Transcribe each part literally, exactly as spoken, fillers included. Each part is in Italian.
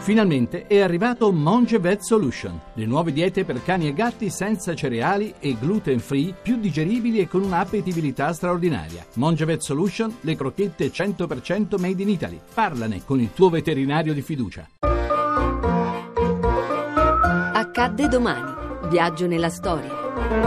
Finalmente è arrivato Monge Vet Solution, le nuove diete per cani e gatti senza cereali e gluten free, più digeribili e con un'appetibilità straordinaria. Monge Vet Solution, le crocchette cento per cento made in Italy. Parlane con il tuo veterinario di fiducia. Accadde domani. Viaggio nella storia.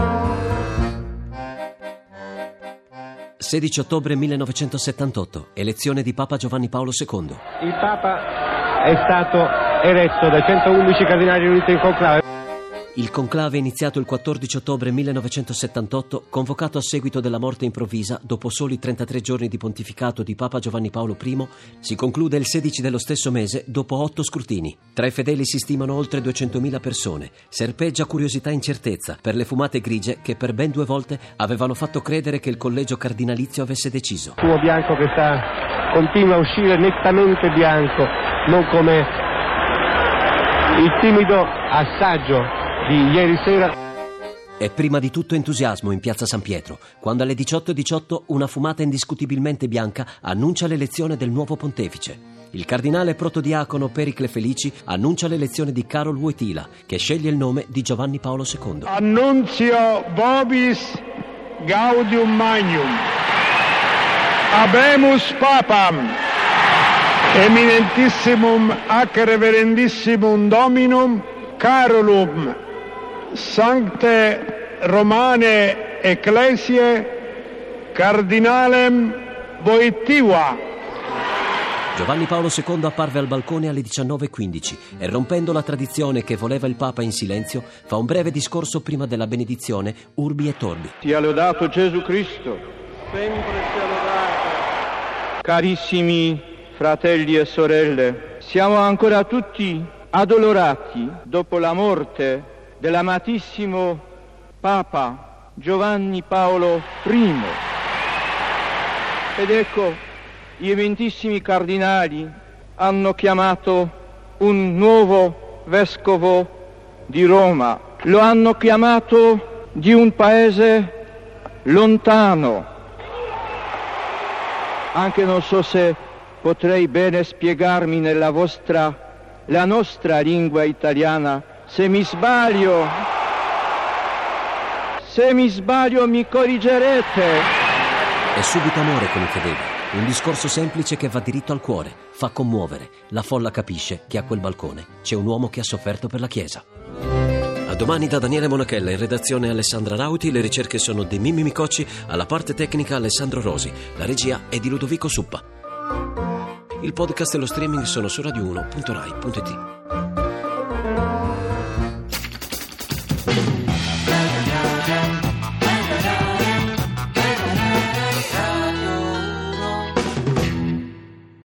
sedici ottobre millenovecentosettantotto, elezione di Papa Giovanni Paolo secondo. Il Papa è stato eletto da centoundici cardinali riuniti in conclave. Il conclave è iniziato il quattordici ottobre millenovecentosettantotto, convocato a seguito della morte improvvisa, dopo soli trentatré giorni di pontificato di Papa Giovanni Paolo primo, si conclude il sedici dello stesso mese, dopo otto scrutini. Tra i fedeli si stimano oltre duecentomila persone. Serpeggia curiosità e incertezza per le fumate grigie che per ben due volte avevano fatto credere che il collegio cardinalizio avesse deciso. Il fumo bianco che sta, continua a uscire nettamente bianco, non come il timido assaggio di ieri sera. È prima di tutto entusiasmo in piazza San Pietro, quando alle diciotto e diciotto una fumata indiscutibilmente bianca annuncia l'elezione del nuovo pontefice. Il cardinale protodiacono Pericle Felici annuncia l'elezione di Karol Wojtyla, che sceglie il nome di Giovanni Paolo secondo. Annunzio vobis gaudium magnum. Habemus papam eminentissimum ac reverendissimum dominum Carolum Sancte Romane Ecclesiae Cardinalem Wojtyła. Giovanni Paolo secondo apparve al balcone alle diciannove e quindici e, rompendo la tradizione che voleva il Papa in silenzio, fa un breve discorso prima della benedizione Urbi et Orbi. Sia lodato Gesù Cristo. Sempre sia lodato. Carissimi fratelli e sorelle, siamo ancora tutti addolorati dopo la morte dell'amatissimo Papa Giovanni Paolo primo. Ed ecco, gli eminentissimi cardinali hanno chiamato un nuovo vescovo di Roma. Lo hanno chiamato di un paese lontano. Anche non so se potrei bene spiegarmi nella vostra, la nostra lingua italiana. Se mi sbaglio, se mi sbaglio mi corrigerete. È subito amore con i fedeli, un discorso semplice che va diritto al cuore, fa commuovere. La folla capisce che a quel balcone c'è un uomo che ha sofferto per la Chiesa. A domani da Daniele Monachella, in redazione Alessandra Rauti, le ricerche sono di Mimmi Micocci, alla parte tecnica Alessandro Rosi, la regia è di Ludovico Suppa. Il podcast e lo streaming sono su radio uno punto rai punto it.